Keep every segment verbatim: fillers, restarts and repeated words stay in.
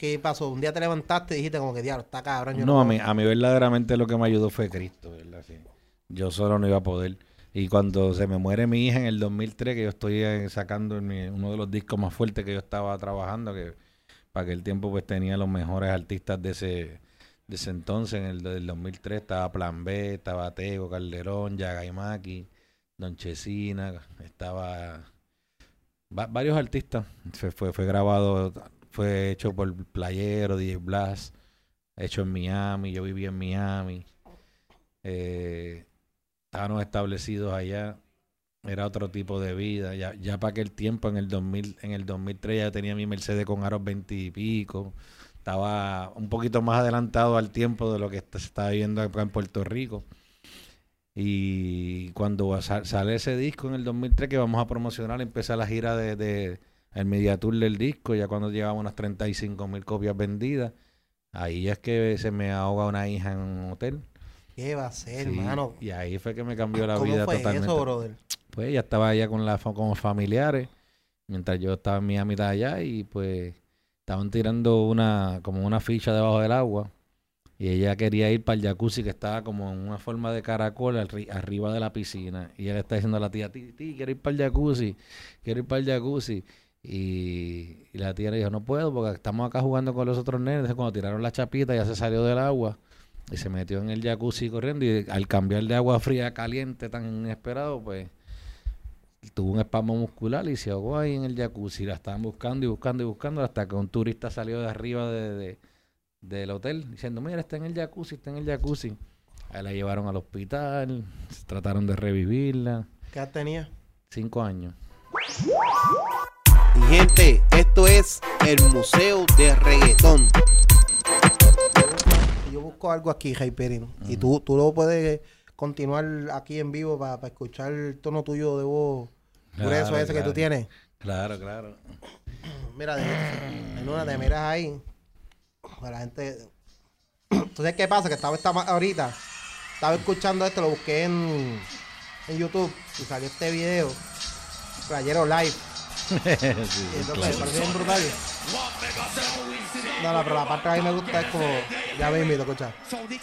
qué pasó? Un día te levantaste y dijiste como que, diablo, está cabrón. Yo no, no a mí, a mí verdaderamente lo que me ayudó fue Cristo, ¿verdad? Sí. Yo solo no iba a poder. Y cuando se me muere mi hija en el dos mil tres, que yo estoy eh, sacando en mi, uno de los discos más fuertes que yo estaba trabajando, que para aquel tiempo pues tenía los mejores artistas de ese de ese entonces, en el del dos mil tres estaba Plan B, estaba Tego, Calderón, Yagaimaki, Don Chesina, estaba va, varios artistas. Fue, fue, fue grabado, fue hecho por Playero, D J Blast, hecho en Miami, yo viví en Miami. Eh, estábamos establecidos allá, era otro tipo de vida, ya, ya para aquel tiempo en el dos mil, en el dos mil tres ya tenía mi Mercedes con aros veinte y pico, estaba un poquito más adelantado al tiempo de lo que se estaba viviendo acá en Puerto Rico. Y cuando sale ese disco en el dos mil tres que vamos a promocionar, empieza la gira de, de el Media Tour del disco, ya cuando llevamos unas treinta y cinco mil copias vendidas, ahí es que se me ahoga una hija en un hotel. ¿Qué va a ser, Sí, hermano? y ahí fue que me cambió la ¿Cómo vida fue totalmente. eso, brother? Pues ella estaba allá con la con familiares, mientras yo estaba en Miami de allá, y pues estaban tirando una como una ficha debajo del agua, y ella quería ir para el jacuzzi que estaba como en una forma de caracol arri arriba de la piscina, y ella le está diciendo a la tía, ti, ti, quiero ir para el jacuzzi, quiero ir para el jacuzzi, y, y la tía le dijo, no puedo porque estamos acá jugando con los otros nenes. Entonces cuando tiraron la chapita ya se salió del agua y se metió en el jacuzzi corriendo, y al cambiar de agua fría a caliente tan inesperado, pues tuvo un espasmo muscular y se ahogó ahí en el jacuzzi. La estaban buscando y buscando y buscando hasta que un turista salió de arriba de, de, del hotel diciendo, mira, está en el jacuzzi, está en el jacuzzi. Ahí la llevaron al hospital, trataron de revivirla. ¿Qué edad tenía? Cinco años. Y gente, esto es el Museo de Reggaetón. Yo busco algo aquí, Hyperino, uh-huh. Y tú, tú lo puedes continuar aquí en vivo para pa escuchar el tono tuyo de voz grueso claro, ese claro. que tú tienes. Claro, claro. Mira, en una te miras ahí. La gente... Entonces, ¿qué pasa? Que estaba esta ahorita, estaba escuchando esto, lo busqué en, en YouTube y salió este video, Playero Live. Sí, y entonces claro. Me parece bien brutal. No, no, pero la parte que a mí me gusta es como, ya me invito a escuchar.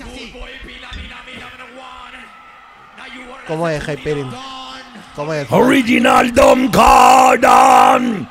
¿Cómo es, Hyperion? ¿Cómo es? Original Dom Cardan.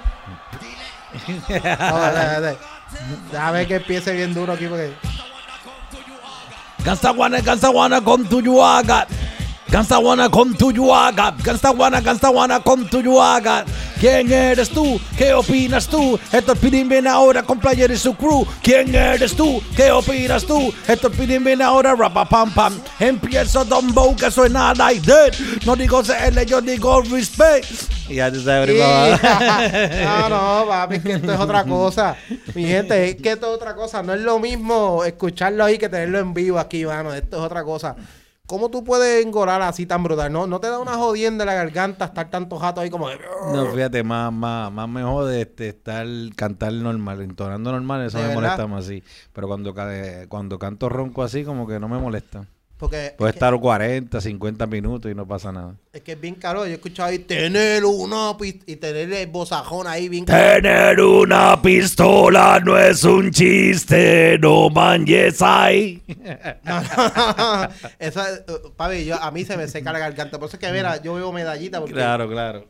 Déjame ver que empiece bien duro aquí porque... Gangsta wanna, gangsta wanna come to you, I got. Gangsta wanna come to you, I got. Gangsta wanna, gangsta wanna come to you, I got. ¿Quién eres tú? ¿Qué opinas tú? Héctor Pirín viene ahora con Player y su crew. ¿Quién eres tú? ¿Qué opinas tú? Héctor Pirín viene ahora, rapa pam pam. Empiezo Don Bow que suena like that. No digo C L, yo digo respect. Y ya tú sabes, no, no, papi, es que esto es otra cosa. Mi gente, es que esto es otra cosa. No es lo mismo escucharlo ahí que tenerlo en vivo aquí, mano. Esto es otra cosa. ¿Cómo tú puedes engorar así tan brutal? ¿No, no te da una jodienda en la garganta estar tanto jato ahí como de... No, fíjate, más, más, más me jode este, estar, cantar normal, entonando normal, eso me verdad? molesta más así. Pero cuando, cuando canto ronco así, como que no me molesta. Porque puede estar que, cuarenta, cincuenta minutos y no pasa nada. Es que es bien caro. Yo he escuchado ahí tener una pistola y tener el bozajón ahí bien Tener caro. Una pistola no es un chiste, no manches ahí. No, no, no. Eso, uh, papi, yo, a mí se me seca la garganta. Por eso es que, mira, yo veo medallita. Porque... Claro, claro.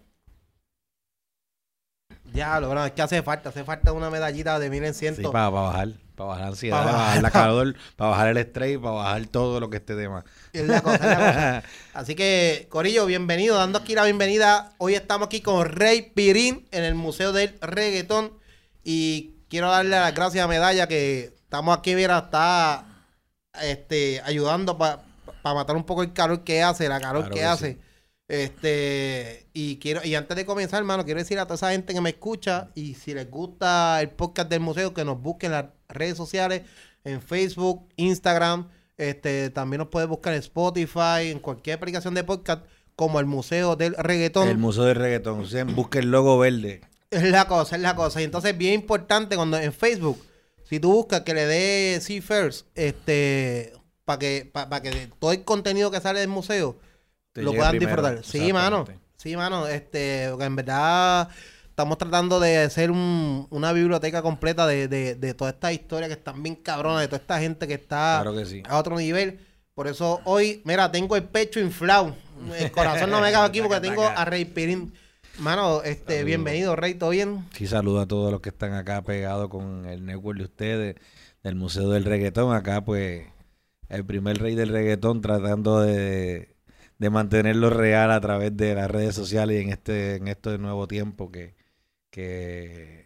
Ya, lo bueno, es que hace falta. Hace falta una medallita de mil en ciento. Sí, para, para bajar. Para bajar la ansiedad, para bajar la calor, para bajar el estrés, para bajar todo lo que esté de más. Es la cosa, es la cosa. Así que, Corillo, bienvenido. Dando aquí la bienvenida. Hoy estamos aquí con Rey Pirín en el Museo del Reggaetón. Y quiero darle las gracias a Medalla que estamos aquí, mira, está este, ayudando para pa matar un poco el calor que hace, la calor claro que, que hace. Sí. Este, y quiero, y antes de comenzar, hermano, quiero decir a toda esa gente que me escucha y si les gusta el podcast del museo, que nos busquen en las redes sociales, en Facebook, Instagram, este, también nos puede buscar en Spotify, en cualquier aplicación de podcast, como el Museo del Reggaetón. El Museo del Reggaetón, o sea, busque el logo verde. Es la cosa, es la cosa. Y entonces, bien importante, cuando en Facebook, si tú buscas que le dé See First, este, para que, para pa que todo el contenido que sale del museo, te lo puedan primero, disfrutar. Sí, mano. Sí, mano. Este, en verdad, estamos tratando de hacer un, una biblioteca completa de, de, de todas estas historias que están bien cabronas, de toda esta gente que está Claro que sí. a otro nivel. Por eso hoy, mira, tengo el pecho inflado. El corazón no me cabe aquí porque tengo a Rey Pirín. Mano, este, Saludos. Bienvenido, Rey, ¿todo bien? Sí, saludo a todos los que están acá pegados con el network de ustedes, del Museo del Reggaetón. Acá, pues, el primer rey del reggaetón tratando de, de mantenerlo real a través de las redes sociales y en este en este nuevo tiempo que, que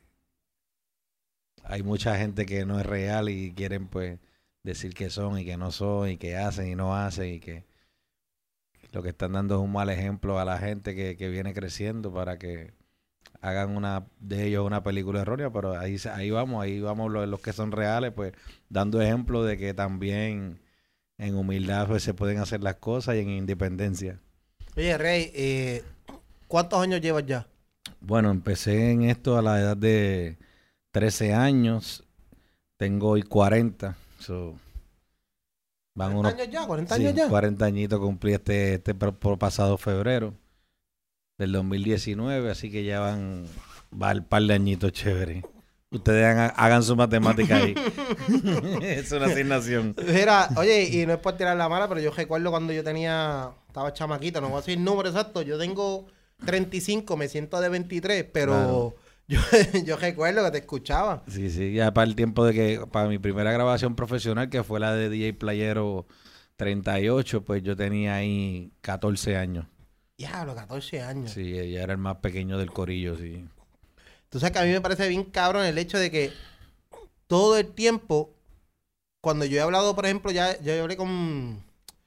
hay mucha gente que no es real y quieren, pues, decir que son y que no son y que hacen y no hacen y que lo que están dando es un mal ejemplo a la gente que, que viene creciendo para que hagan una de ellos una película errónea, pero ahí ahí vamos, ahí vamos los, los que son reales, pues dando ejemplo de que también en humildad pues, se pueden hacer las cosas y en independencia. Oye, Rey, eh, ¿cuántos años llevas ya? Bueno, empecé en esto a la edad de trece años, tengo hoy cuarenta, so, van ¿cuarenta unos años ya? ¿cuarenta sí, años ya? cuarenta añitos cumplí este, este por, por pasado febrero del dos mil diecinueve, así que ya van, va el par de añitos chévere. Ustedes hagan, hagan su matemática ahí. Es una asignación. Mira, oye, y no es por tirar la mala, pero yo recuerdo cuando yo tenía, estaba chamaquito, no voy a decir el número exacto, yo tengo treinta y cinco, me siento de veintitrés, pero Claro. yo, yo recuerdo que te escuchaba. Sí, sí, ya para el tiempo de que, para mi primera grabación profesional, que fue la de D J Playero treinta y ocho, pues yo tenía ahí catorce años. Diablo, catorce años. Sí, ya era el más pequeño del corillo, sí. Tú sabes que a mí me parece bien cabrón el hecho de que todo el tiempo, cuando yo he hablado, por ejemplo, ya yo hablé con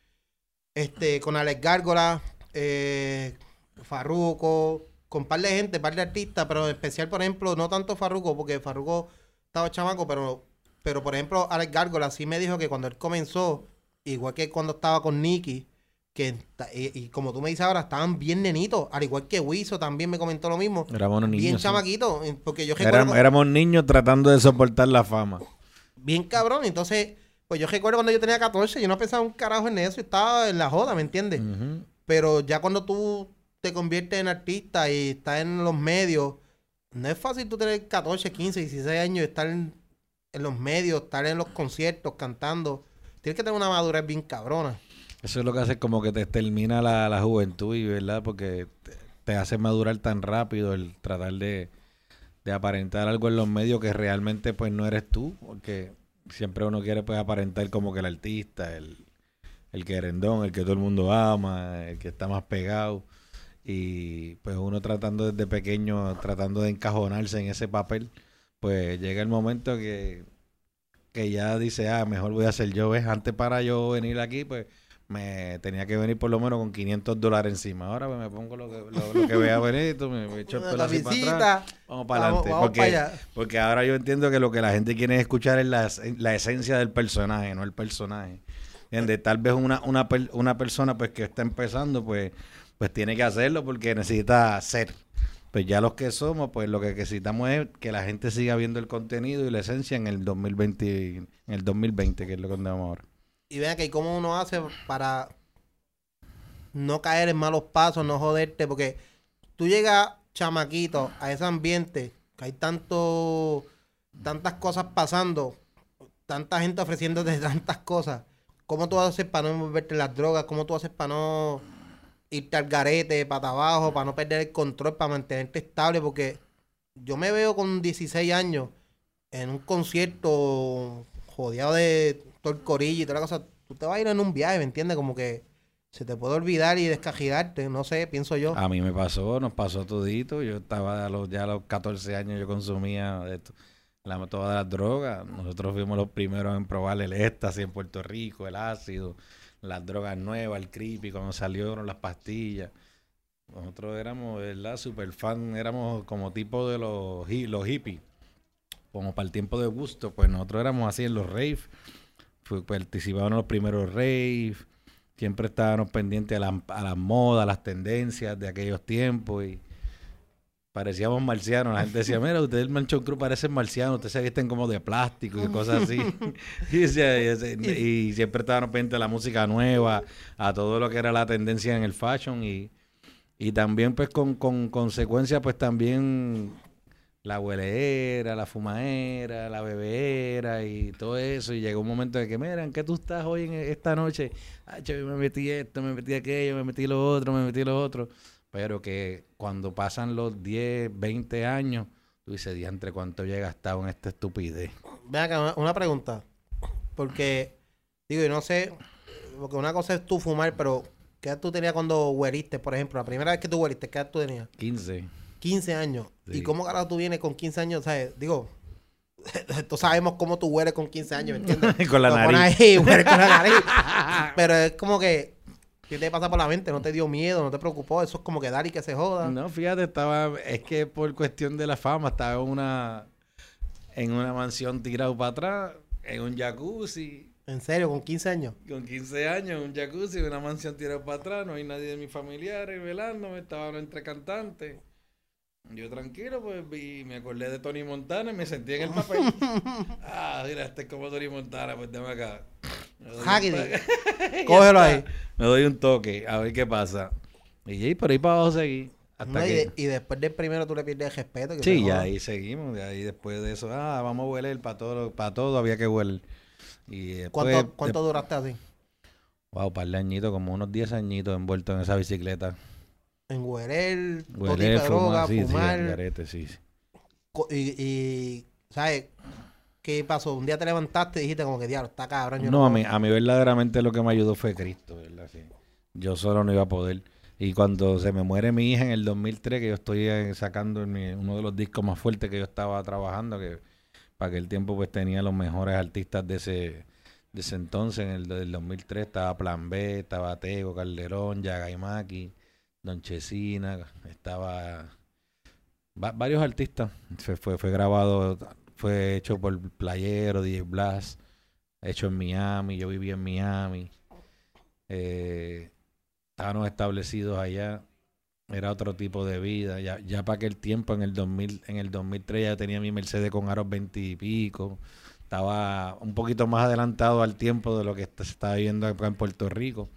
este, con Alex Gárgola, eh, Farruko, con un par de gente, par de artistas, pero en especial, por ejemplo, no tanto Farruko, porque Farruko estaba chamaco, pero, pero por ejemplo, Alex Gárgola sí me dijo que cuando él comenzó, igual que cuando estaba con Nicky, que y, y como tú me dices ahora, estaban bien nenitos, al igual que Wiso también me comentó lo mismo. Éramos unos Bien niños. sí. chamaquitos, porque yo recuerdo... Éramos, éramos niños tratando de soportar la fama. Bien cabrón, entonces, pues yo recuerdo cuando yo tenía catorce, yo no pensaba un carajo en eso, estaba en la joda, ¿me entiendes? Ujú. Pero ya cuando tú te conviertes en artista y estás en los medios, no es fácil tú tener catorce, quince, dieciséis años y estar en, en los medios, estar en los conciertos, cantando. Tienes que tener una madurez bien cabrona. Eso es lo que hace como que te termina la, la juventud, y ¿verdad? Porque te, te hace madurar tan rápido el tratar de, de aparentar algo en los medios que realmente pues no eres tú, porque siempre uno quiere pues aparentar como que el artista, el, el querendón, el que todo el mundo ama, el que está más pegado, y pues uno tratando desde pequeño, tratando de encajonarse en ese papel, pues llega el momento que, que ya dice, ah, mejor voy a ser yo, ¿ves? Antes para yo venir aquí, pues me tenía que venir por lo menos con quinientos dólares encima. Ahora pues, me pongo lo que, lo, lo que vea Benito, me, me echo el Una pelo así para camisita, atrás. Vamos para vamos, adelante. vamos Porque, para allá. porque ahora yo entiendo que lo que la gente quiere escuchar es la, la esencia del personaje, no el personaje. ¿Entiendes? Tal vez una, una, per- una persona pues que está empezando, pues, pues tiene que hacerlo porque necesita ser. Pues ya los que somos, pues lo que necesitamos es que la gente siga viendo el contenido y la esencia en el dos mil veinte, en el dos mil veinte, que es lo que andamos ahora. Y vean que cómo uno hace para no caer en malos pasos, no joderte, porque tú llegas chamaquito a ese ambiente que hay tanto, tantas cosas pasando, tanta gente ofreciéndote tantas cosas. ¿Cómo tú haces para no envolverte en las drogas? ¿Cómo tú haces para no irte al garete, para abajo, para no perder el control, para mantenerte estable? Porque yo me veo con dieciséis años en un concierto jodeado de todo el corillo y toda la cosa. Tú te vas a ir en un viaje, ¿me entiendes? Como que se te puede olvidar y descajigarte, no sé, pienso yo. A mí me pasó, nos pasó todito. Yo estaba a los, ya a los catorce años, yo consumía de esto, la, todas las drogas. Nosotros fuimos los primeros en probar el éxtasis en Puerto Rico, el ácido, las drogas nuevas, el creepy, cuando salieron las pastillas. Nosotros éramos, ¿verdad? Super fan, éramos como tipo de los, hi- los hippies. Como para el tiempo de gusto, pues nosotros éramos así en los rave. Fue- Participábamos en los primeros rave. Siempre estábamos pendientes a, la- a las modas, a las tendencias de aquellos tiempos y parecíamos marcianos. La gente decía, mira, ustedes el Manchón Crew parecen marcianos, ustedes se visten como de plástico y cosas así. y, decía- y ese- y siempre estábamos pendientes a la música nueva, a todo lo que era la tendencia en el fashion y, Y también, pues, con, con consecuencias, pues, también la hueleera, la fumadera, la bebeera y todo eso. Y llegó un momento de que, mira, ¿en qué tú estás hoy en esta noche? Ay, yo me metí esto, me metí aquello, me metí lo otro, me metí lo otro. Pero que cuando pasan los diez, veinte años, tú dices, diantre, ¿cuánto yo he gastado en esta estupidez? Ven acá, una, una pregunta. Porque, digo, yo no sé, porque una cosa es tú fumar, pero ¿qué edad tú tenías cuando hueriste, por ejemplo? La primera vez que tú hueriste, ¿qué edad tú tenías? quince. quince años. Sí. ¿Y cómo carajo tú vienes con quince años? ¿Sabes? Digo, tú sabemos cómo tú hueles con quince años, ¿me entiendes? Con la Lo nariz. pones ahí, hueles con la nariz. Pero es como que, ¿qué te pasa por la mente? ¿No te dio miedo? ¿No te preocupó? Eso es como que dar y que se joda. No, fíjate, estaba, es que por cuestión de la fama, estaba en una, en una mansión tirado para atrás, en un jacuzzi. ¿En serio? ¿Con quince años? Con quince años, un jacuzzi, una mansión tirada para atrás, no hay nadie de mis familiares velándome, estaban entre cantantes. Yo tranquilo, pues, y me acordé de Tony Montana y me sentí en el papel. Ah, mira, este es como Tony Montana, pues dame acá. Hágale. Cógelo ahí. Me doy un toque, a ver qué pasa. Y ahí por ahí para abajo seguí. Hasta No, y, que... de- y después del primero tú le pierdes el respeto. Que Sí, te ya joda. ahí seguimos. De ahí después de eso, ah, vamos a hueler para todo, para todo había que hueler. Y después, ¿Cuánto, cuánto de- duraste así? wow, par de añitos, como unos diez añitos envuelto en esa bicicleta. En hueler, todo tipo Hueler, de droga, fumar, sí, fumar. sí, al garete, sí, sí. co- y, y, ¿sabes? ¿Qué pasó? Un día te levantaste y dijiste como que, diablo, está cabrón. Yo No, a puedo". mí, a mí verdaderamente lo que me ayudó fue Cristo, ¿verdad? Sí. Yo solo no iba a poder. Y cuando se me muere mi hija en el dos mil tres, que yo estoy eh, sacando en mi- uno de los discos más fuertes que yo estaba trabajando, que para aquel tiempo pues tenía los mejores artistas de ese, de ese entonces, en el del dos mil tres estaba Plan B, estaba Tego, Calderón, Yagaimaki, Don Chesina, estaba va- varios artistas. Fue, fue, fue grabado, fue hecho por Playero, D J Blast, hecho en Miami, yo viví en Miami. Eh, estábamos establecidos allá, era otro tipo de vida. Ya, ya para aquel tiempo, en el dos mil, en el dos mil tres ya tenía mi Mercedes con aros veinte y pico. Estaba un poquito más adelantado al tiempo de lo que est- se estaba viviendo acá en Puerto Rico.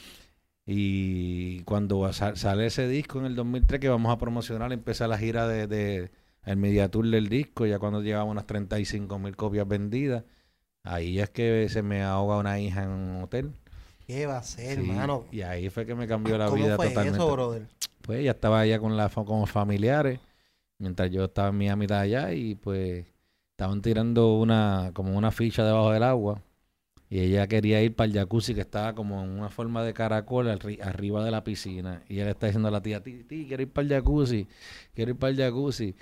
Y cuando sa- sale ese disco en el dos mil tres que vamos a promocionar, empieza la gira de, de el Media Tour del disco, ya cuando llevamos unas treinta y cinco mil copias vendidas, ahí es que se me ahoga una hija en un hotel. ¿Qué va a ser, Sí, hermano? y ahí fue que me cambió la ¿Cómo vida fue totalmente. eso, brother? Pues ella estaba allá con la fa- con los familiares, mientras yo estaba en mi mitad allá y pues estaban tirando una como una ficha debajo del agua y ella quería ir para el jacuzzi que estaba como en una forma de caracol arri- arriba de la piscina y ella le está diciendo a la tía, ti, ti, quiero ir para el jacuzzi, quiero ir para el jacuzzi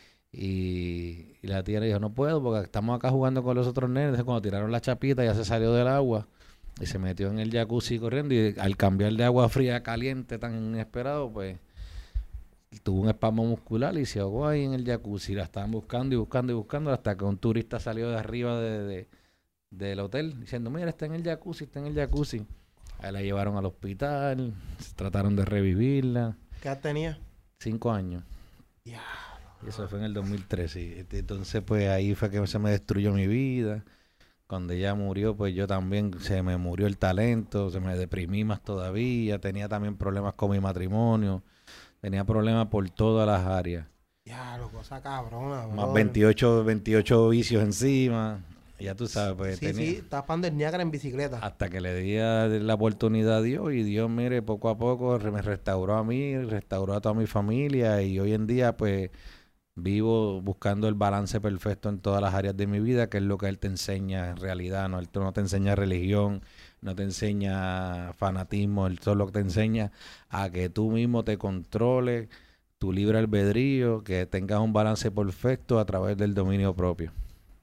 y, y la tía le dijo, no puedo porque estamos acá jugando con los otros nenes. Entonces cuando tiraron la chapita ya se salió del agua y se metió en el jacuzzi corriendo y al cambiar de agua fría a caliente tan inesperado, pues tuvo un espasmo muscular y se ahogó ahí en el jacuzzi. La estaban buscando y buscando y buscando hasta que un turista salió de arriba de, de- del hotel diciendo, mira, está en el jacuzzi, está en el jacuzzi. Ahí la llevaron al hospital, trataron de revivirla. ¿Qué edad tenía? Cinco años. Ya. Y eso fue en el dos mil trece. Y entonces, pues ahí fue que se me destruyó mi vida. Cuando ella murió, pues yo también se me murió el talento, se me deprimí más todavía. Tenía también problemas con mi matrimonio. Tenía problemas por todas las áreas. Ya, lo cosa cabrona, Más brother. veintiocho, veintiocho vicios encima. Ya tú sabes, pues Sí, tenía... sí, estás pasando el Niágara en bicicleta. Hasta que le di a- la oportunidad a Dios y Dios, mire, poco a poco re- me restauró a mí, restauró a toda mi familia y hoy en día pues vivo buscando el balance perfecto en todas las áreas de mi vida, que es lo que Él te enseña en realidad, ¿no? Él t- no te enseña religión, no te enseña fanatismo, Él solo te enseña a que tú mismo te controles tu libre albedrío, que tengas un balance perfecto a través del dominio propio.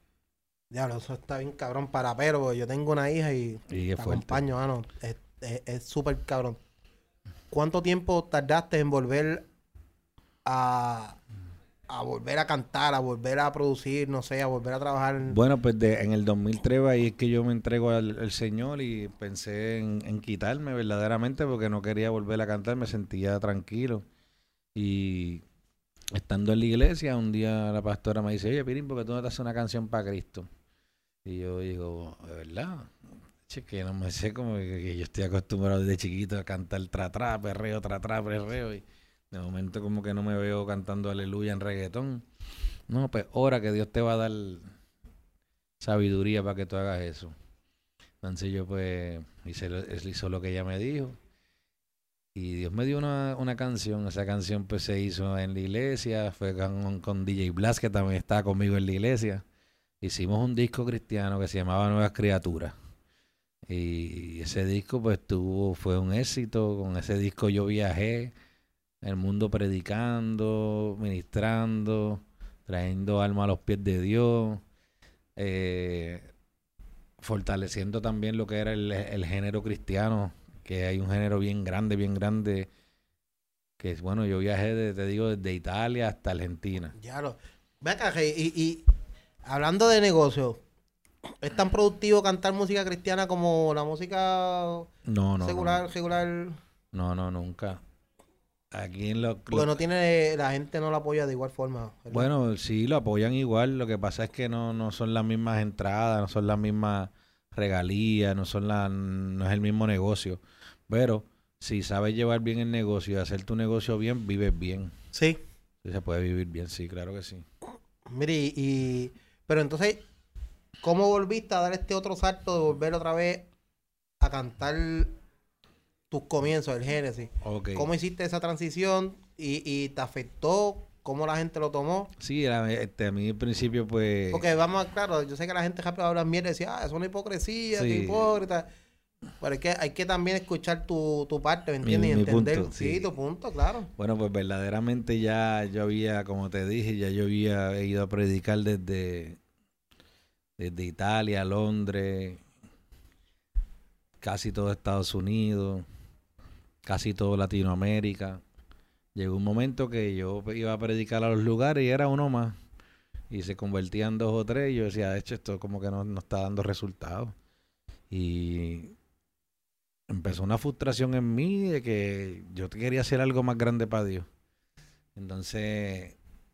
Ya, eso está bien cabrón para pero, porque yo tengo una hija y Y te es fuerte. acompaño, mano. Es es- es súper cabrón. ¿Cuánto tiempo tardaste en volver a, a volver a cantar, a volver a producir, no sé, a volver a trabajar? en- Bueno, pues de, en el dos mil tres ahí es que yo me entrego al, al Señor y pensé en, en quitarme verdaderamente porque no quería volver a cantar, me sentía tranquilo. Y estando en la iglesia, un día la pastora me dice, oye, Pirín, ¿por qué tú no te haces una canción para Cristo? Y yo digo, ¿de verdad? Che, que no me sé, como que, que yo estoy acostumbrado desde chiquito a cantar tra, tra, perreo, tra, tra, perreo. Y De momento como que no me veo cantando aleluya en reggaetón. No, pues ora que Dios te va a dar sabiduría para que tú hagas eso. Entonces yo pues hice, lo- hizo lo que ella me dijo. Y Dios me dio una, una canción. Esa canción pues se hizo en la iglesia. Fue con, con D J Blas, que también estaba conmigo en la iglesia. Hicimos un disco cristiano que se llamaba Nuevas Criaturas. Y ese disco pues tuvo, fue un éxito. Con ese disco yo viajé el mundo predicando, ministrando, trayendo alma a los pies de Dios, eh, fortaleciendo también lo que era el, el género cristiano, que hay un género bien grande, bien grande, que es bueno, yo viajé, de, te digo, desde Italia hasta Argentina. Ya lo. Ve acá, Rey, y, y hablando de negocio, ¿es tan productivo cantar música cristiana como la música No, no, secular, no, regular? no, no, nunca. Aquí en lo, Porque lo- no tiene, la gente no la apoya de igual forma, ¿verdad? bueno, sí lo apoyan igual, lo que pasa es que no, no son las mismas entradas, no son las mismas regalías, no son la, no es el mismo negocio. Pero si sabes llevar bien el negocio y hacer tu negocio bien, vives bien. Sí. Sí, se puede vivir bien, sí, claro que sí. Mire, y, y- pero entonces, ¿cómo volviste a dar este otro salto de volver otra vez a cantar tus comienzos, el Génesis? Ok. ¿Cómo hiciste esa transición y, y te afectó? ¿Cómo la gente lo tomó? Sí, era- este, a mí al principio pues... Porque vamos, a- claro, yo sé que la gente rápido habla mierda y decía, ah, es una hipocresía, qué Sí, hipócrita. Pero hay que, hay que también escuchar tu, tu parte, ¿me mi, entiendes? Y mi entender. punto, Sí, sí. tu punto, claro. Bueno, pues verdaderamente ya yo había, como te dije, ya yo había ido a predicar desde, desde Italia, Londres, casi todo Estados Unidos, casi todo Latinoamérica. Llegó un momento que yo iba a predicar a los lugares y era uno más. Y se convertían dos o tres y yo decía, de hecho, esto como que no, no está dando resultados. Y empezó una frustración en mí de que yo quería hacer algo más grande para Dios. Entonces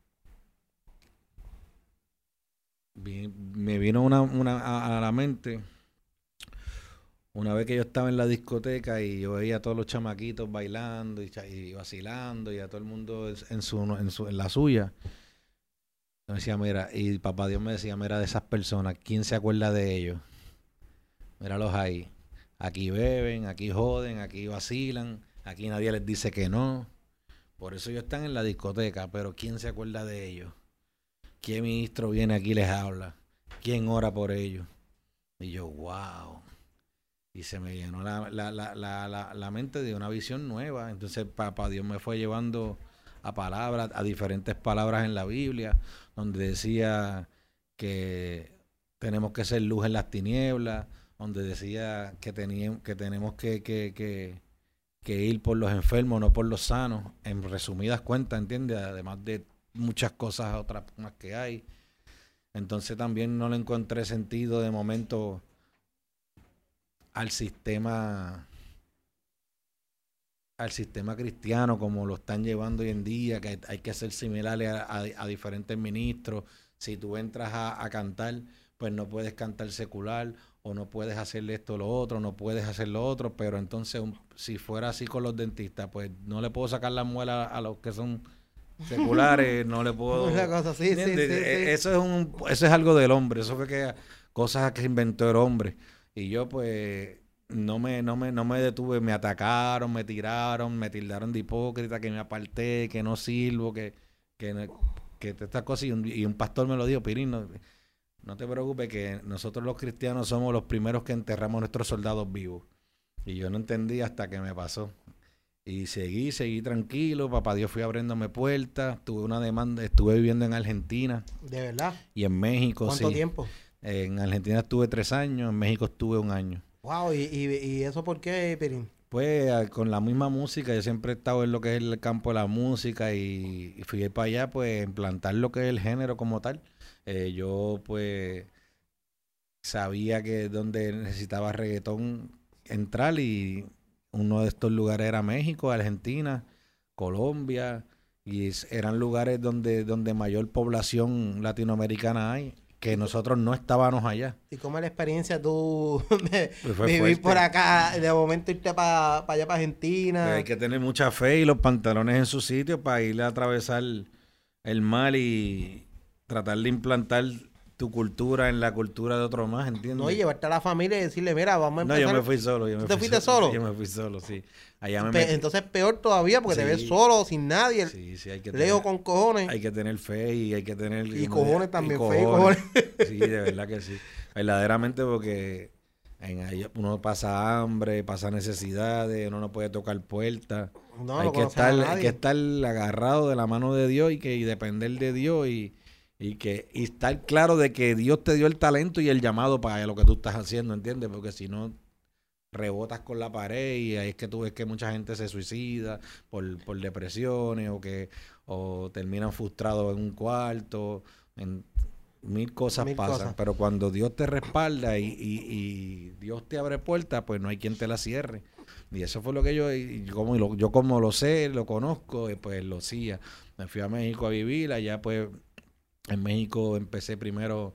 vi- me vino una, una a, a la mente una vez que yo estaba en la discoteca y yo veía a todos los chamaquitos bailando y, cha- y vacilando y a todo el mundo en en su, en su, en la suya. Yo decía, mira, y papá Dios me decía, mira, de esas personas, ¿quién se acuerda de ellos? Míralos ahí. Aquí beben, aquí joden, aquí vacilan, aquí nadie les dice que no. Por eso ellos están en la discoteca, pero ¿quién se acuerda de ellos? ¿Qué ministro viene aquí y les habla? ¿Quién ora por ellos? Y yo, wow. Y se me llenó la, la, la, la, la, la mente de una visión nueva. Entonces papá Dios me fue llevando a palabras, a diferentes palabras en la Biblia, donde decía que tenemos que ser luz en las tinieblas, donde decía que, teníamos, que tenemos que, que, que, que ir por los enfermos, no por los sanos, en resumidas cuentas, ¿entiendes? Además de muchas cosas otras más que hay. Entonces también no le encontré sentido de momento al sistema al sistema cristiano como lo están llevando hoy en día, que hay que ser similares a, a, a diferentes ministros. Si tú entras a, a cantar, pues no puedes cantar secular o no puedes hacerle esto o lo otro, no puedes hacer lo otro, pero entonces un, si fuera así con los dentistas, pues no le puedo sacar la muela a, a los que son seculares, no le puedo... Una cosa así, sí, sí, ¿entiendes? sí. E- Eso es un, eso es algo del hombre, eso fue que cosas que inventó el hombre. Y yo pues no me, no me, no me detuve, me atacaron, me tiraron, me tildaron de hipócrita, que me aparté, que no sirvo, que, que, no- que estas cosas. Y un, y un pastor me lo dijo, Pirín, no, no te preocupes que nosotros los cristianos somos los primeros que enterramos a nuestros soldados vivos. Y yo no entendí hasta que me pasó. Y seguí, seguí tranquilo, papá Dios fui abriéndome puertas, tuve una demanda, estuve viviendo en Argentina De verdad. y en México, ¿Cuánto sí. tiempo? En Argentina estuve tres años, en México estuve un año. Wow, ¿y, y, y eso por qué, Pirín? Pues a- con la misma música, yo siempre he estado en lo que es el campo de la música y, y fui para allá pues a implantar lo que es el género como tal. Eh, yo pues sabía que donde necesitaba reggaetón entrar y uno de estos lugares era México, Argentina, Colombia y es- eran lugares donde, donde mayor población latinoamericana hay. que nosotros no estábamos allá. ¿Y cómo es la experiencia tú de Pues fue vivir fuerte. por acá, de momento irte para allá, para Argentina? Pues hay que tener mucha fe y los pantalones en su sitio para ir a atravesar el mar y tratar de implantar tu cultura en la cultura de otro más, ¿entiendes? No, y llevarte a la familia y decirle, mira, vamos a No, empezar. yo me fui solo. Yo ¿Tú me te fui fuiste solo? Yo me fui solo, sí. Allá me Pe- metí. Entonces peor todavía porque te Sí. ves solo, sin nadie, Sí, sí, hay que lejos tener, con cojones. hay que tener fe y hay que tener... Y como cojones de- también, y fe y cojones. Sí, de verdad que sí. Verdaderamente porque en ahí uno pasa hambre, pasa necesidades, uno no puede tocar puertas. No, hay, no que conoces a estar, nadie. hay que estar agarrado de la mano de Dios y, que, y depender de Dios y, y, que, y estar claro de que Dios te dio el talento y el llamado para lo que tú estás haciendo, ¿entiendes? Porque si no... rebotas con la pared y ahí es que tú ves que mucha gente se suicida por, por depresiones o que o terminan frustrados en un cuarto, en mil cosas Mil pasan, cosas. pero cuando Dios te respalda y, y, y Dios te abre puertas, pues no hay quien te la cierre. Y eso fue lo que yo, y como lo, yo como lo sé, lo conozco, eh, pues lo hacía. Me fui a México a vivir, allá pues en México empecé primero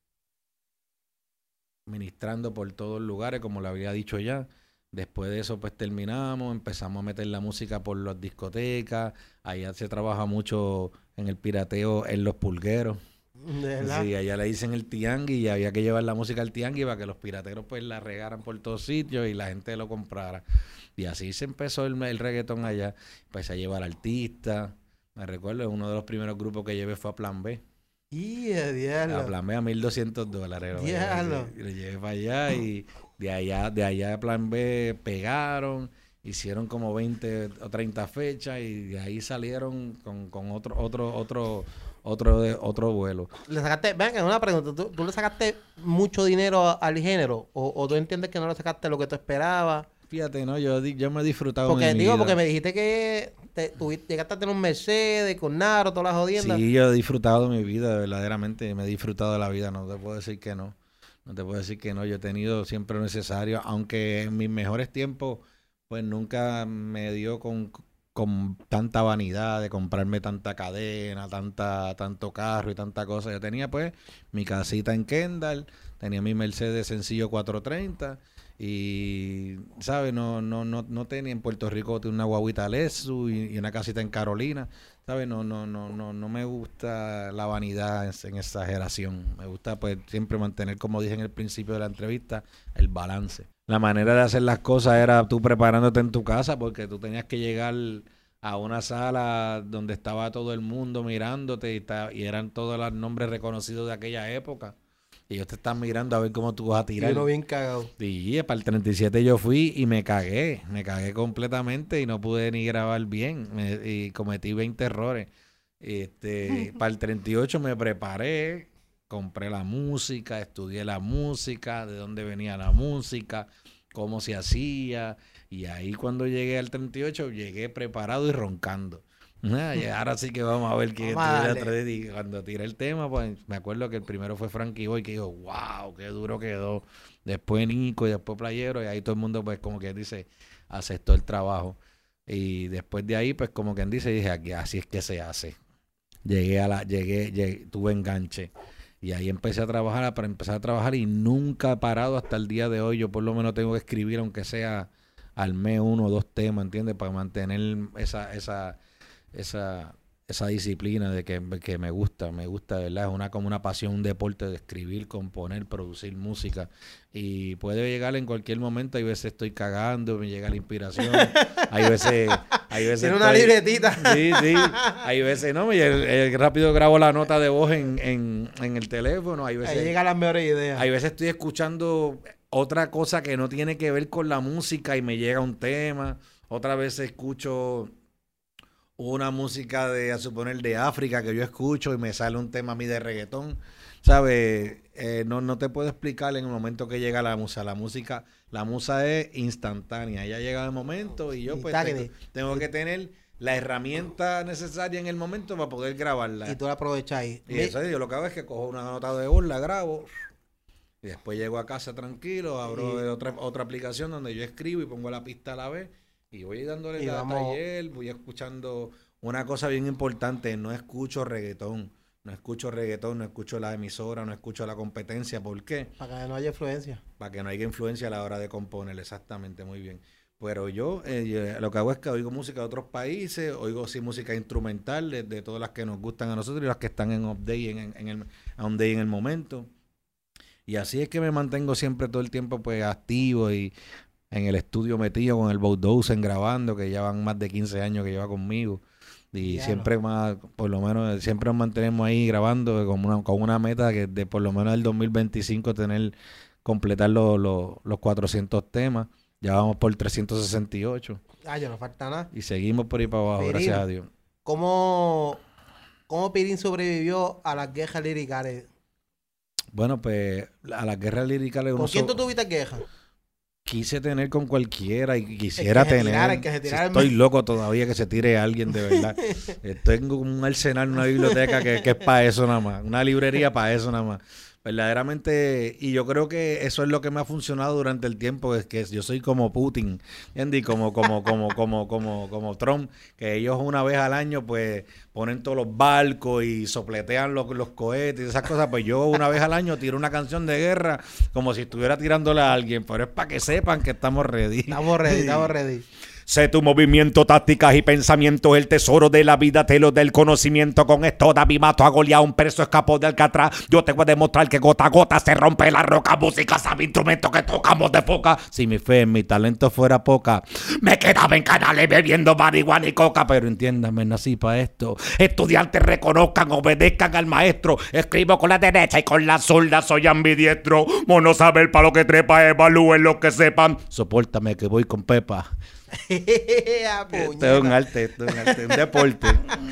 ministrando por todos lugares, como le había dicho ya. Después de eso, pues terminamos, empezamos a meter la música por las discotecas. Allá se trabaja mucho en el pirateo en los pulgueros. De verdad. Sí, allá le dicen el tianguis y había que llevar la música al tianguis para que los pirateros pues la regaran por todos sitios y la gente lo comprara. Y así se empezó el, el reggaetón allá. Empecé a llevar artistas. Me recuerdo, uno de los primeros grupos que llevé fue a Plan B. Y a diablo. A Plan B a mil doscientos dólares. Lo, Diablo. llevé, lo llevé para allá y de allá, de allá a Plan B pegaron, hicieron como veinte o treinta fechas y de ahí salieron con, con otro, otro, otro, otro, de, otro vuelo. Le sacaste, ven, que una pregunta, ¿tú, tú le sacaste mucho dinero al género? ¿O, o tú entiendes que no le sacaste lo que tú esperabas? Fíjate, ¿no? Yo, di- yo me he disfrutado Porque en mi digo, vida. porque me dijiste que te, tuviste- llegaste a tener un Mercedes con Naro, todas las jodiendas. Sí, yo he disfrutado de mi vida, verdaderamente. Me he disfrutado de la vida, no te puedo decir que no. No te puedo decir que no. Yo he tenido siempre lo necesario, aunque en mis mejores tiempos, pues nunca me dio con, con tanta vanidad de comprarme tanta cadena, tanta, tanto carro y tanta cosa. Yo tenía pues mi casita en Kendall, tenía mi Mercedes sencillo cuatrocientos treinta. Y, ¿sabes? No, no, no, no tenía en Puerto Rico una guaguita Lexus y, y una casita en Carolina, ¿sabes? No, no, no, no, no me gusta la vanidad en, en exageración. Me gusta, pues, siempre mantener, como dije en el principio de la entrevista, el balance. La manera de hacer las cosas era tú preparándote en tu casa porque tú tenías que llegar a una sala donde estaba todo el mundo mirándote y, ta- y eran todos los nombres reconocidos de aquella época. Y ellos te están mirando a ver cómo tú vas a Y tirar. uno bien cagado. Y para el treinta y siete yo fui y me cagué, me cagué completamente y no pude ni grabar bien me- y cometí veinte errores. Este, para el treinta y ocho me preparé, compré la música, estudié la música, de dónde venía la música, cómo se hacía y ahí cuando llegué al treinta y ocho llegué preparado y roncando. Ah, y ahora sí que vamos a ver quién Vamos a estuviera darle. atrás. Y cuando tiré el tema, pues me acuerdo que el primero fue Frankie Boy, que dijo, wow, qué duro quedó. Después Nico y después Playero, y ahí todo el mundo, pues, como quien dice, aceptó el trabajo. Y después de ahí, pues, como quien dice, dije, aquí así es que se hace. Llegué a la, llegué, llegué, tuve enganche. Y ahí empecé a trabajar, para empezar a trabajar y nunca he parado hasta el día de hoy. Yo por lo menos tengo que escribir, aunque sea al mes uno o dos temas, ¿entiendes? Para mantener esa, esa, esa, esa disciplina de que, que me gusta, me gusta, ¿verdad? Es una como una pasión, un deporte de escribir, componer, producir música. Y puede llegar en cualquier momento. Hay veces estoy cagando, me llega la inspiración. Hay veces... Hay veces Tiene una estoy- libretita. Sí, sí. Hay veces, no, y el- el rápido grabo la nota de voz en, en, en el teléfono. Hay veces, Ahí llegan las mejores ideas. hay veces estoy escuchando otra cosa que no tiene que ver con la música y me llega un tema. Otra vez escucho una música de, a suponer, de África que yo escucho y me sale un tema a mí de reggaetón. ¿Sabes? Eh, no, no te puedo explicar en el momento que llega la musa. La música, la musa es instantánea. Ella llega de momento y yo Y pues táquete. tengo, tengo que tener la herramienta necesaria en el momento para poder grabarla. Y tú la aprovechas ahí. Y eso, yo lo que hago es que cojo una nota de voz, la grabo y después llego a casa tranquilo, abro Y- otra, otra aplicación donde yo escribo y pongo la pista a la vez y voy dándole Y la vamos- taller, voy escuchando una cosa bien importante, no escucho reggaetón, no escucho reggaetón, no escucho la emisora, no escucho la competencia. ¿Por qué? Para que no haya influencia. Para que no haya influencia a la hora de componer, exactamente, muy bien. Pero yo, eh, yo lo que hago es que oigo música de otros países, oigo sí música instrumental de, de todas las que nos gustan a nosotros y las que están en update en, en, en el on day en el momento. Y así es que me mantengo siempre todo el tiempo pues activo y en el estudio metido con el Bulldozer grabando, que ya van más de quince años que lleva conmigo. Y yeah, siempre no. más, por lo menos, siempre nos mantenemos ahí grabando con una, con una meta que de por lo menos el dos mil veinticinco tener, completar lo, lo, los cuatrocientos temas. Ya vamos por trescientos sesenta y ocho. Ah, ya no falta nada. Y seguimos por ahí para abajo, Pirín, gracias a Dios. ¿Cómo, cómo Pirín sobrevivió a las guerras liricales? Bueno, pues a las guerras liricales... ¿Con quién so... tú tuviste guerra? Quise tener con cualquiera y quisiera que tener. Tirara, que se tirara si estoy loco todavía que se tire a alguien de verdad. Tengo un arsenal, una biblioteca que, que es para eso nada más. Una librería para eso nada más. Verdaderamente, y yo creo que eso es lo que me ha funcionado durante el tiempo, es que yo soy como Putin, ¿entiendes? Como, como, como, como, como, como Trump, que ellos una vez al año pues ponen todos los barcos y sopletean los, los cohetes y esas cosas, pues yo una vez al año tiro una canción de guerra como si estuviera tirándole a alguien, pero es para que sepan que estamos ready. Estamos ready, estamos ready. Sé tu movimiento, tácticas y pensamientos, el tesoro de la vida te lo del conocimiento. Con esto David mato a Goliat, un preso escapó de Alcatraz. Yo te voy a demostrar que gota a gota se rompe la roca. Música sabe instrumento que tocamos de foca. Si mi fe en mi talento fuera poca, me quedaba en canales bebiendo marihuana y coca. Pero entiéndame, nací para esto. Estudiantes reconozcan, obedezcan al maestro. Escribo con la derecha y con la zurda soy ambidiestro. Mono sabe el palo que trepa, evalúen lo que sepan. Sopórtame que voy con Pepa. Esto es un arte, esto es un arte, un deporte.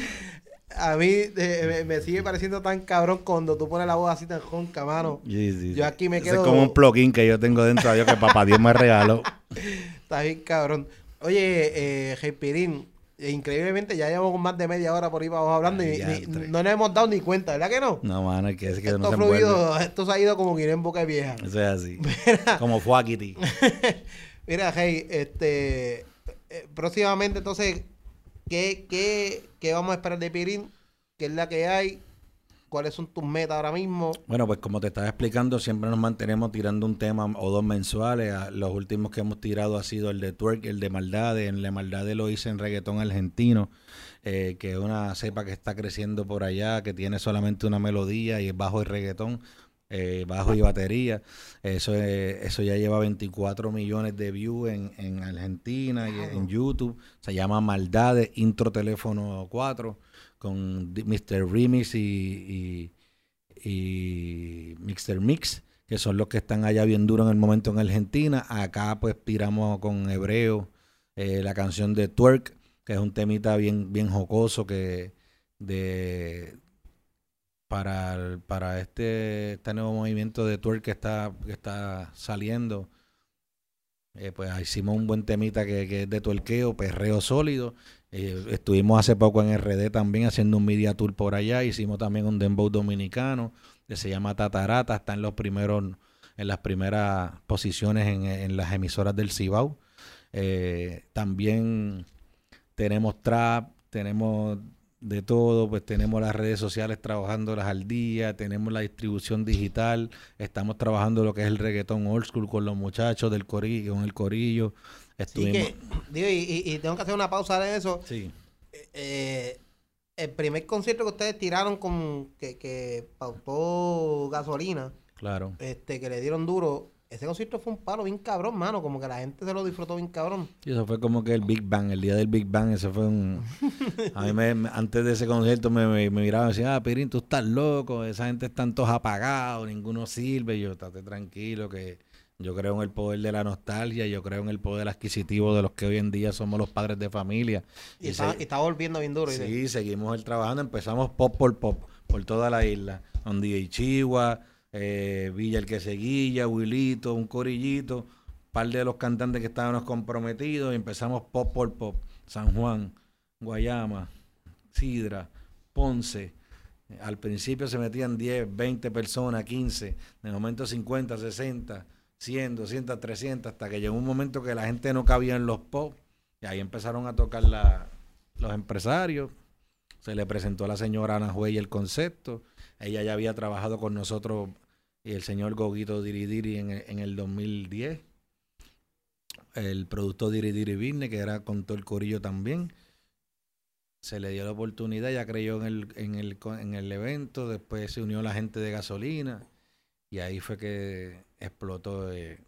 A mí eh, me, me sigue pareciendo tan cabrón cuando tú pones la voz así tan jonca, mano. Sí, sí, yo aquí me Ese quedo... es como un plugin que yo tengo dentro de Dios que papá Dios me regaló. Está bien cabrón. Oye, eh, Rey Pirín, increíblemente ya llevamos más de media hora por ahí para abajo hablando Ay, y ni, no nos hemos dado ni cuenta, ¿verdad que no? No, mano, es que es que esto no se fluido, esto se ha ido como guinea en boca vieja. Eso es así. Mira, como fue aquí. Mira, Rey, este... Eh, próximamente, entonces, ¿qué, qué, ¿qué vamos a esperar de Pirín? ¿Qué es la que hay? ¿Cuáles son tus metas ahora mismo? Bueno, pues como te estaba explicando, siempre nos mantenemos tirando un tema o dos mensuales. Los últimos que hemos tirado ha sido el de Twerk, el de Maldades. En la Maldades lo hice en reggaetón argentino, eh, que es una cepa que está creciendo por allá, que tiene solamente una melodía y es bajo el reggaetón. Eh, bajo y batería, eso eh, eso ya lleva veinticuatro millones de views en, en Argentina y en YouTube. Se llama Maldades, intro teléfono cuatro, con mister Remix y, y, y mister Mix, que son los que están allá bien duros en el momento en Argentina. Acá pues piramos con Hebreo, eh, la canción de Twerk, que es un temita bien, bien jocoso que de para, el, para este, este nuevo movimiento de twerk que está, que está saliendo. Eh, pues hicimos un buen temita que, que es de tuerqueo, perreo sólido. Eh, estuvimos hace poco en R D también haciendo un media tour por allá. Hicimos también un dembow dominicano que se llama Tatarata. Está en los primeros, en las primeras posiciones en, en las emisoras del Cibao. Eh, también tenemos trap, tenemos de todo, pues tenemos las redes sociales trabajándolas al día, tenemos la distribución digital, estamos trabajando lo que es el reggaetón old school con los muchachos del corillo, con el corillo. Estuvimos... Sí, que, digo, y, y tengo que hacer una pausa de eso. Sí. Eh, el primer concierto que ustedes tiraron con que, que pautó Gasolina, claro, este que le dieron duro, ese concierto fue un palo bien cabrón, mano, como que la gente se lo disfrutó bien cabrón. Y eso fue como que el Big Bang, el día del Big Bang, ese fue un... A mí me, antes de ese concierto me, me, me miraban y me decían, ah, Pirín, tú estás loco, esa gente están todos apagados, ninguno sirve. Y yo, estate tranquilo, que yo creo en el poder de la nostalgia, yo creo en el poder adquisitivo de los que hoy en día somos los padres de familia. Y, y, está, se, y está volviendo bien duro. Sí, ¿sí? Seguimos el trabajando, empezamos pop por pop, por toda la isla, con D J Chihuahua, Eh, Villa el que seguilla, Wilito, un corillito, par de los cantantes que estábamos comprometidos y empezamos pop por pop. San Juan, Guayama, Sidra, Ponce. Al principio se metían diez, veinte personas, quince, de momento cincuenta, sesenta, cien, doscientos, trescientos, hasta que llegó un momento que la gente no cabía en los pop y ahí empezaron a tocar la, los empresarios. Se le presentó a la señora Ana Juey el concepto. Ella ya había trabajado con nosotros y el señor Goguito Diridiri en el, en el dos mil diez. El producto Diridiri Business, que era con todo el corillo también. Se le dio la oportunidad, ella creyó en el, en el, en el evento, después se unió la gente de gasolina y ahí fue que explotó eh,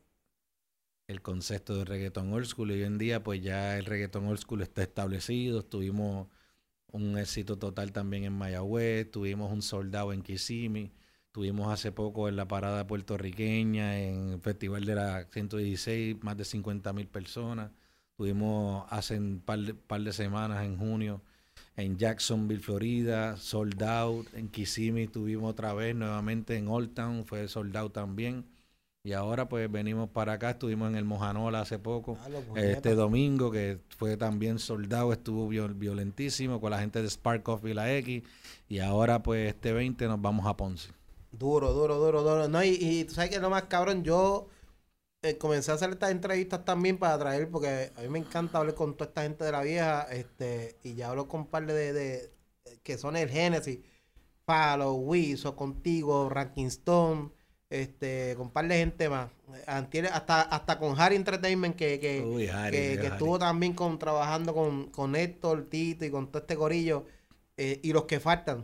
el concepto de reggaeton old school. Y hoy en día pues ya el reggaeton old school está establecido. Tuvimos un éxito total también en Mayagüez, tuvimos un soldado en Kissimmee, tuvimos hace poco en la parada puertorriqueña, en el Festival de la ciento dieciséis, más de cincuenta mil personas. Tuvimos hace un par de, par de semanas, en junio, en Jacksonville, Florida, sold out. En Kissimmee tuvimos otra vez, nuevamente en Old Town, fue sold out también. Y ahora pues venimos para acá, estuvimos en el Mojanola hace poco, ah, este domingo, que fue también soldado, estuvo viol violentísimo con la gente de Spark Coffee y la X. Y ahora pues este veinte nos vamos a Ponce. Duro, duro, duro, duro. No, y, y tú sabes que lo más cabrón, yo eh, comencé a hacer estas entrevistas también para traer, porque a mí me encanta hablar con toda esta gente de la vieja, este, y ya hablo con un par de, de, de que son el Génesis, Palo, Wiso, contigo, Ranking Stone, este, con un par de gente más. Antier, hasta, hasta con Harry Entertainment, que, que, Uy, Harry, que, que Harry. estuvo también con, trabajando con, con Héctor, Tito y con todo este corillo, eh, y los que faltan.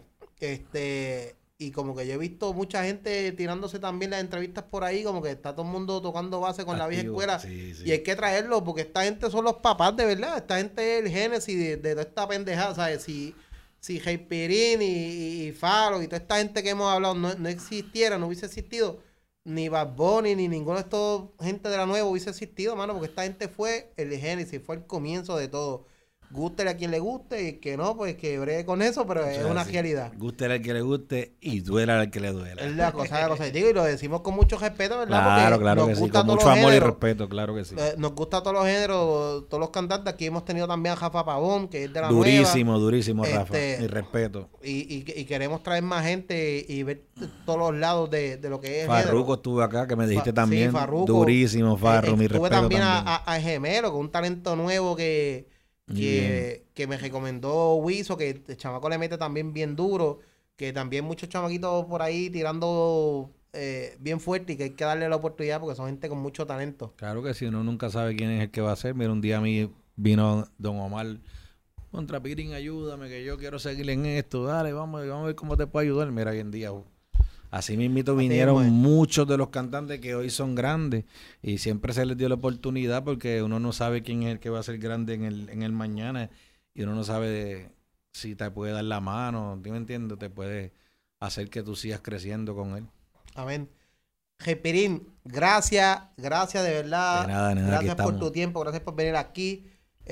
Este, y como que yo he visto mucha gente tirándose también las entrevistas por ahí, como que está todo el mundo tocando base con Activo, la vieja escuela. Sí, sí. Y hay que traerlo, porque esta gente son los papás de verdad. Esta gente es el génesis de, de toda esta pendejada, ¿sabes? Si, si Rey Pirín y, y Faro y toda esta gente que hemos hablado no, no existiera, no hubiese existido, ni Bad Bunny, ni ninguno de estos gente de la nueva hubiese existido, mano, porque esta gente fue el génesis, fue el comienzo de todo. Gústele a quien le guste y que no, pues que bregue con eso, pero o sea, es una sí. realidad. Gústele al que le guste y duela al que le duela. Es la cosa, la cosa. Digo, y lo decimos con mucho respeto, ¿verdad? Claro, porque claro nos que sí, gusta con mucho amor géneros, y respeto, claro que sí. Eh, nos gusta todos los géneros, todos los cantantes. Aquí hemos tenido también a Rafa Pavón, que es de la durísimo, nueva. Durísimo, durísimo, Rafa, este, mi respeto. Y, y, y queremos traer más gente y ver todos los lados de, de lo que es Farruko género. Estuvo acá, que me dijiste Fa también. Sí, Farruko. Durísimo, Farro, eh, mi respeto también. también. a, a Gemelo, con un talento nuevo que... Que, que me recomendó Wiso, que el chamaco le mete también bien duro, que también muchos chamaquitos por ahí tirando eh, bien fuerte y que hay que darle la oportunidad porque son gente con mucho talento. Claro que sí, uno nunca sabe quién es el que va a ser. Mira, un día a mí vino Don Omar, contra Pirín, ayúdame que yo quiero seguir en esto, dale, vamos, vamos a ver cómo te puedo ayudar. Mira, hoy en día... Así mismito vinieron Así muchos de los cantantes que hoy son grandes y siempre se les dio la oportunidad porque uno no sabe quién es el que va a ser grande en el, en el mañana y uno no sabe de, si te puede dar la mano, ¿tú me entiendes? Te puede hacer que tú sigas creciendo con él. Amén. Jepirín, gracias, gracias de verdad. De nada, nada, gracias por tu tiempo, gracias por venir aquí.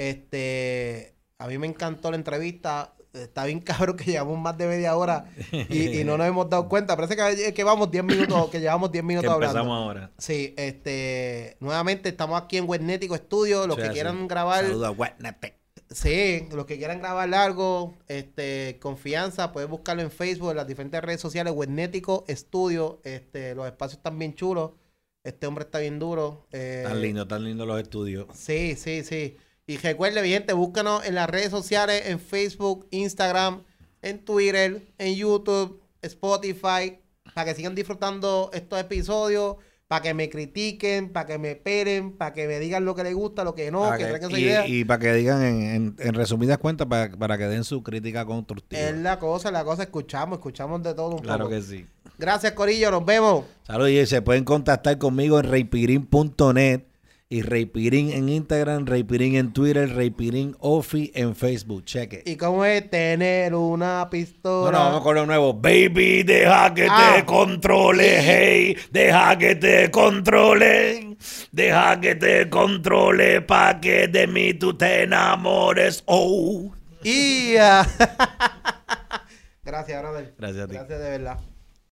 Este, a mí me encantó la entrevista. Está bien cabrón que llevamos más de media hora y, y no nos hemos dado cuenta. Parece que, que vamos diez minutos, que llevamos diez minutos que hablando. Empezamos ahora. Sí, este, nuevamente estamos aquí en Webnético Studio. Los o sea, que quieran sí. grabar. Saludos a Webnético. Sí, los que quieran grabar largo, este, confianza, puedes buscarlo en Facebook, en las diferentes redes sociales, Webnético Studio. Este, los espacios están bien chulos. Este hombre está bien duro. Eh, tan lindo, tan lindo los estudios. Sí, sí, sí. Y recuerde, mi gente, búscanos en las redes sociales, en Facebook, Instagram, en Twitter, en YouTube, Spotify, para que sigan disfrutando estos episodios, para que me critiquen, para que me esperen, para que me digan lo que les gusta, lo que no, para que, que traigan esa y, idea. Y para que digan, en, en, en resumidas cuentas, para, para que den su crítica constructiva. Es la cosa, la cosa, escuchamos, escuchamos de todo un claro poco. Claro que sí. Gracias, Corillo, nos vemos. Saludos, y se pueden contactar conmigo en rey pirín punto net. Y Rey Pirín en Instagram, Rey Pirín en Twitter, Rey Pirín Ofi en Facebook. Cheque. ¿Y cómo es tener una pistola? No, no, vamos con lo nuevo. Baby, deja que ah. te controle, hey. Deja que te controle. Deja que te controle pa' que de mí tú te enamores. Oh. Yeah. Gracias, brother. Gracias a ti. Gracias de verdad.